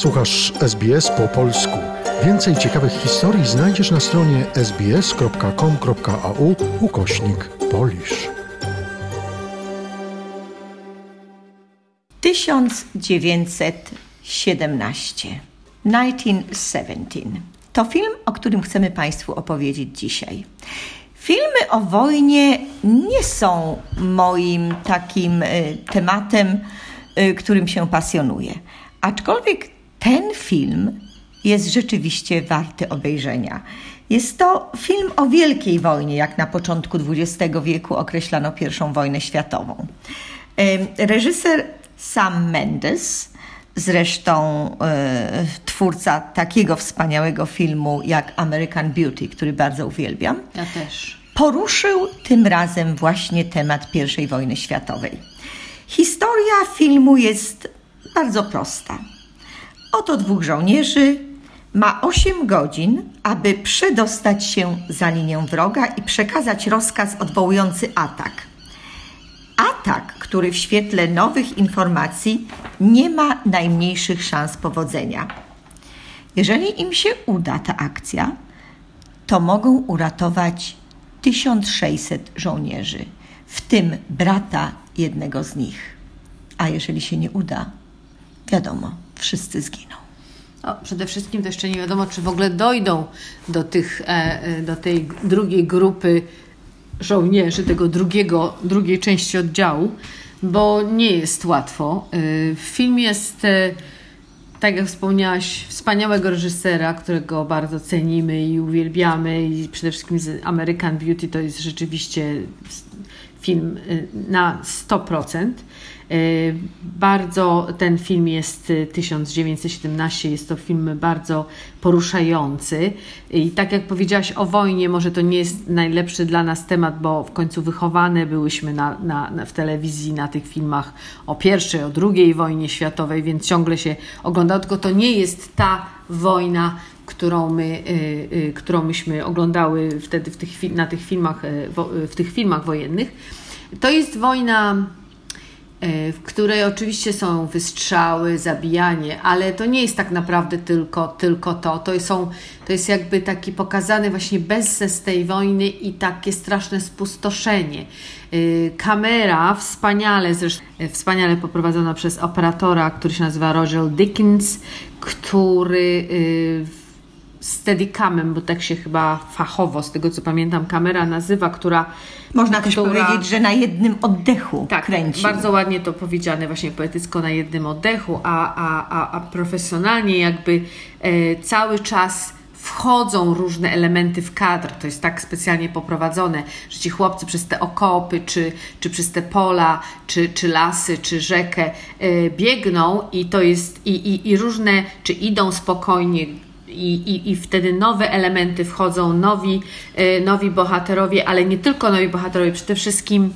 Słuchasz SBS po polsku. Więcej ciekawych historii znajdziesz na stronie sbs.com.au/Polish. 1917. To film, o którym chcemy Państwu opowiedzieć dzisiaj. Filmy o wojnie nie są moim takim tematem, którym się pasjonuję. Aczkolwiek ten film jest rzeczywiście warty obejrzenia. Jest to film o wielkiej wojnie, jak na początku XX wieku określano I wojnę światową. Reżyser Sam Mendes, zresztą twórca takiego wspaniałego filmu jak American Beauty, który bardzo uwielbiam. Ja też. Poruszył tym razem właśnie temat I wojny światowej. Historia filmu jest bardzo prosta. Oto dwóch żołnierzy ma 8 godzin, aby przedostać się za linię wroga i przekazać rozkaz odwołujący atak. Atak, który w świetle nowych informacji nie ma najmniejszych szans powodzenia. Jeżeli im się uda ta akcja, to mogą uratować 1600 żołnierzy, w tym brata jednego z nich. A jeżeli się nie uda, wiadomo, wszyscy zginą. Przede wszystkim to jeszcze nie wiadomo, czy w ogóle dojdą do tej drugiej grupy żołnierzy, tego drugiej części oddziału, bo nie jest łatwo. Film jest, tak jak wspomniałaś, wspaniałego reżysera, którego bardzo cenimy i uwielbiamy, i przede wszystkim z American Beauty to jest rzeczywiście film na 100%. Bardzo ten film jest 1917, jest to film bardzo poruszający i tak jak powiedziałaś o wojnie, może to nie jest najlepszy dla nas temat, bo w końcu wychowane byłyśmy w telewizji na tych filmach o I, o II wojnie światowej, więc ciągle się oglądało, tylko to nie jest ta wojna, którą myśmy oglądały wtedy w tych filmach wojennych. To jest wojna, w której oczywiście są wystrzały, zabijanie, ale to nie jest tak naprawdę tylko to. To jest jakby taki pokazany właśnie bezsens tej wojny i takie straszne spustoszenie. Kamera wspaniale poprowadzona przez operatora, który się nazywa Roger Dickens, który Steadicamem, bo tak się chyba fachowo, z tego co pamiętam, kamera nazywa, która... Można też powiedzieć, że na jednym oddechu kręci. Tak, bardzo ładnie to powiedziane, właśnie poetycko, na jednym oddechu, a profesjonalnie jakby cały czas wchodzą różne elementy w kadr. To jest tak specjalnie poprowadzone, że ci chłopcy przez te okopy, czy przez te pola, czy lasy, czy rzekę biegną i to jest i różne, czy idą spokojnie, i wtedy nowe elementy wchodzą, nowi bohaterowie, ale nie tylko nowi bohaterowie, przede wszystkim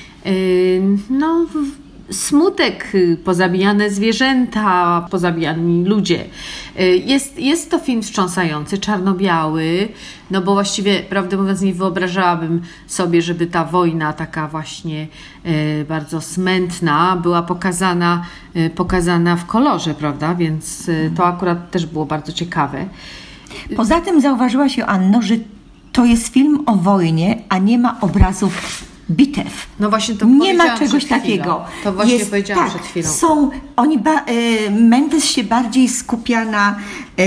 smutek, pozabijane zwierzęta, pozabijani ludzie. Jest to film wstrząsający, czarno-biały, no bo właściwie, prawdę mówiąc, nie wyobrażałabym sobie, żeby ta wojna taka właśnie bardzo smętna była pokazana w kolorze, prawda? Więc to akurat też było bardzo ciekawe. Poza tym zauważyłaś, Joanno, że to jest film o wojnie, a nie ma obrazów bitew. No właśnie to nie ma czegoś takiego. To właśnie powiedziałam przed chwilą. Mendes się bardziej skupia na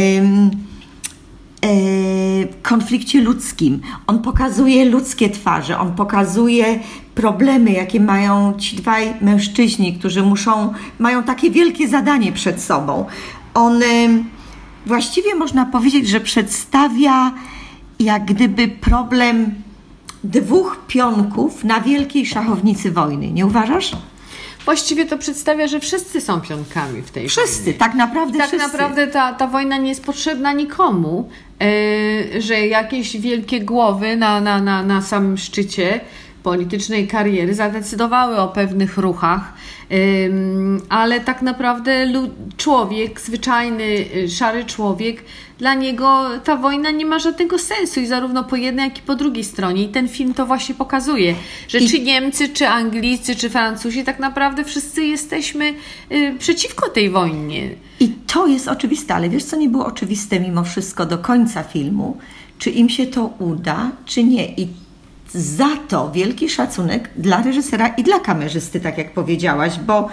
konflikcie ludzkim. On pokazuje ludzkie twarze, on pokazuje problemy, jakie mają ci dwaj mężczyźni, którzy mają takie wielkie zadanie przed sobą. On właściwie można powiedzieć, że przedstawia jak gdyby problem dwóch pionków na wielkiej szachownicy wojny. Nie uważasz? Właściwie to przedstawia, że wszyscy są pionkami w tej wojnie. Tak naprawdę ta wojna nie jest potrzebna nikomu, że jakieś wielkie głowy na samym szczycie politycznej kariery zadecydowały o pewnych ruchach, ale tak naprawdę człowiek, zwyczajny, szary człowiek, dla niego ta wojna nie ma żadnego sensu i zarówno po jednej, jak i po drugiej stronie. I ten film to właśnie pokazuje, że czy Niemcy, czy Anglicy, czy Francuzi, tak naprawdę wszyscy jesteśmy przeciwko tej wojnie. I to jest oczywiste, ale wiesz, co nie było oczywiste mimo wszystko do końca filmu? Czy im się to uda, czy nie? I za to wielki szacunek dla reżysera i dla kamerzysty, tak jak powiedziałaś, bo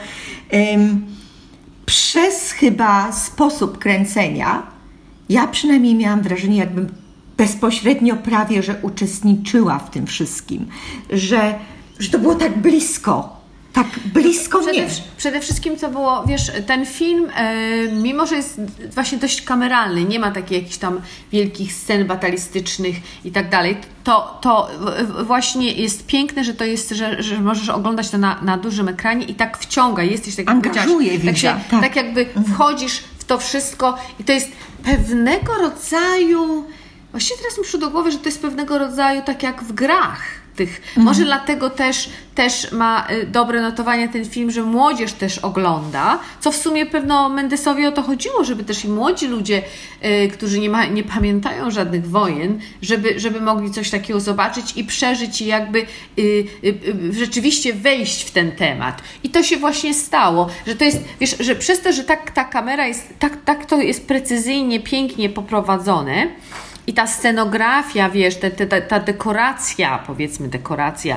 przez chyba sposób kręcenia ja przynajmniej miałam wrażenie, jakbym bezpośrednio prawie, że uczestniczyła w tym wszystkim, że to było tak blisko mnie. Przede wszystkim to było, wiesz, ten film, mimo że jest właśnie dość kameralny, nie ma takich jakichś tam wielkich scen batalistycznych i tak dalej, to właśnie jest piękne, że to jest, że możesz oglądać to na dużym ekranie i tak wciąga, jesteś tak, angażuje, tak jakby wchodzisz w to wszystko i to jest pewnego rodzaju, właściwie teraz mi przyszło do głowy, że to jest pewnego rodzaju tak jak w grach tych. Może dlatego też ma dobre notowania ten film, że młodzież też ogląda, co w sumie pewno Mendesowi o to chodziło, żeby też i młodzi ludzie, którzy nie pamiętają żadnych wojen, żeby mogli coś takiego zobaczyć i przeżyć i jakby rzeczywiście wejść w ten temat. I to się właśnie stało, że to jest, wiesz, że przez to, że ta kamera jest, tak to jest precyzyjnie, pięknie poprowadzone, i ta scenografia, wiesz, ta dekoracja, powiedzmy dekoracja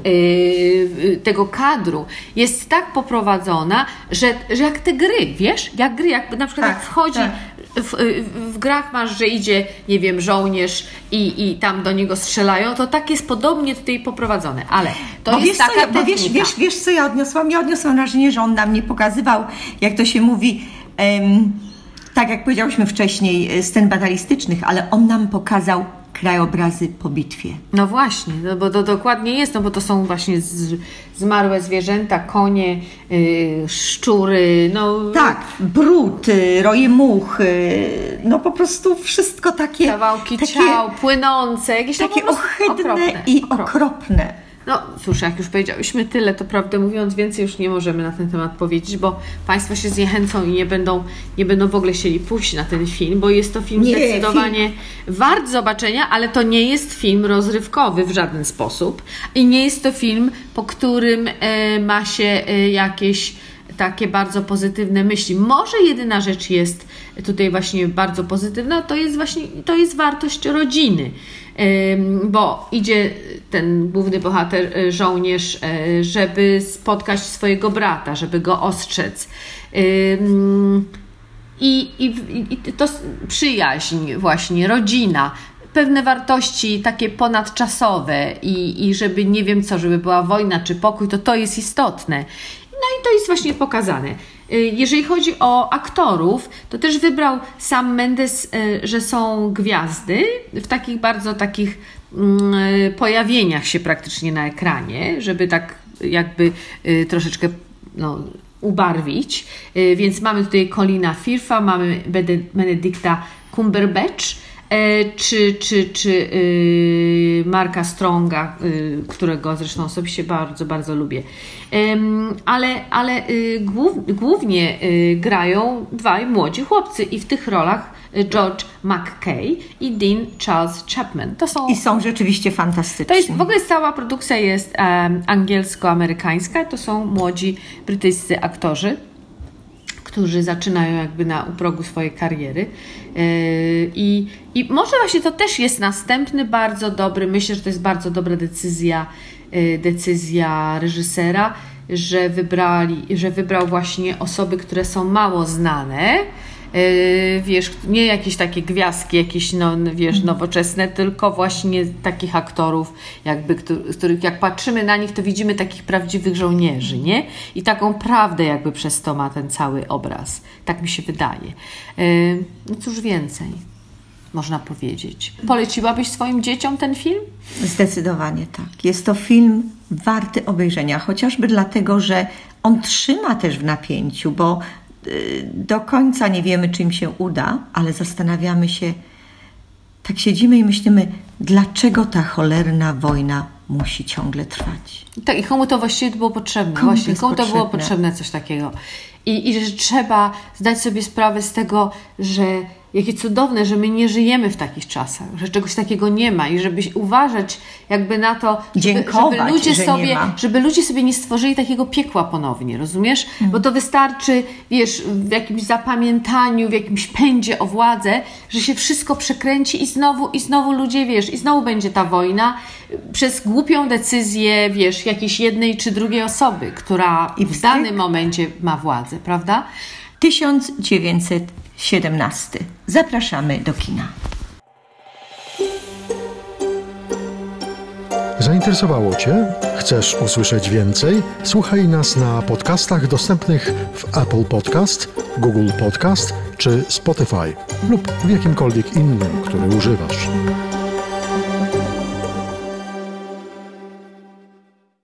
tego kadru jest tak poprowadzona, że jak te gry, wiesz, jak na przykład jak wchodzi w grach masz, że idzie, nie wiem, żołnierz i tam do niego strzelają, to tak jest podobnie tutaj poprowadzone, ale to jest taka technika. Wiesz, co ja odniosłam? Ja odniosłam wrażenie, że on nam nie pokazywał, jak to się mówi, tak jak powiedziałyśmy wcześniej, scen batalistycznych, ale on nam pokazał krajobrazy po bitwie. No właśnie, no bo to dokładnie jest, no bo to są właśnie zmarłe zwierzęta, konie, szczury, no... Tak, brud, roje much, no po prostu wszystko takie... Kawałki ciał, płynące, jakieś takie ohydne i okropne. No cóż, jak już powiedziałyśmy tyle, to prawdę mówiąc więcej już nie możemy na ten temat powiedzieć, bo Państwo się zniechęcą i nie będą w ogóle chcieli pójść na ten film, bo jest to film zdecydowanie wart zobaczenia, ale to nie jest film rozrywkowy w żaden sposób i nie jest to film, po którym ma się jakieś takie bardzo pozytywne myśli. Może jedyna rzecz jest tutaj właśnie bardzo pozytywna, to jest wartość rodziny. Bo idzie ten główny bohater, żołnierz, żeby spotkać swojego brata, żeby go ostrzec. I to przyjaźń właśnie, rodzina, pewne wartości takie ponadczasowe i żeby nie wiem co, żeby była wojna czy pokój, to jest istotne. No i to jest właśnie pokazane. Jeżeli chodzi o aktorów, to też wybrał sam Mendes, że są gwiazdy w takich bardzo takich pojawieniach się praktycznie na ekranie, żeby tak jakby troszeczkę ubarwić. Więc mamy tutaj Colina Firtha, mamy Benedicta Cumberbatch, czy Marka Stronga, którego zresztą osobiście bardzo, bardzo lubię. Ale głównie grają dwaj młodzi chłopcy i w tych rolach George McKay i Dean Charles Chapman. I są rzeczywiście fantastyczni. To jest, w ogóle cała produkcja jest angielsko-amerykańska. To są młodzi brytyjscy aktorzy, którzy zaczynają jakby u progu swojej kariery. I może właśnie to też jest następny bardzo dobry, myślę, że to jest bardzo dobra decyzja reżysera, że wybrał właśnie osoby, które są mało znane, wiesz, nie jakieś takie gwiazdki, jakieś nowoczesne, tylko właśnie takich aktorów, jakby, z których jak patrzymy na nich, to widzimy takich prawdziwych żołnierzy, nie? I taką prawdę jakby przez to ma ten cały obraz. Tak mi się wydaje. No cóż więcej można powiedzieć. Poleciłabyś swoim dzieciom ten film? Zdecydowanie tak. Jest to film warty obejrzenia, chociażby dlatego, że on trzyma też w napięciu, bo do końca nie wiemy, czy im się uda, ale zastanawiamy się, tak siedzimy i myślimy, dlaczego ta cholerna wojna musi ciągle trwać. Tak, i komu to właściwie było potrzebne? Komu to było potrzebne coś takiego? I że trzeba zdać sobie sprawę z tego, że jakie cudowne, że my nie żyjemy w takich czasach, że czegoś takiego nie ma i żeby uważać jakby na to, Dziękować, żeby ludzie sobie nie stworzyli takiego piekła ponownie, rozumiesz? Bo to wystarczy, wiesz, w jakimś zapamiętaniu, w jakimś pędzie o władzę, że się wszystko przekręci i znowu ludzie, wiesz, i znowu będzie ta wojna przez głupią decyzję, wiesz, jakiejś jednej czy drugiej osoby, która w danym momencie ma władzę, prawda? 1917. Zapraszamy do kina. Zainteresowało Cię? Chcesz usłyszeć więcej? Słuchaj nas na podcastach dostępnych w Apple Podcast, Google Podcast czy Spotify lub w jakimkolwiek innym, który używasz.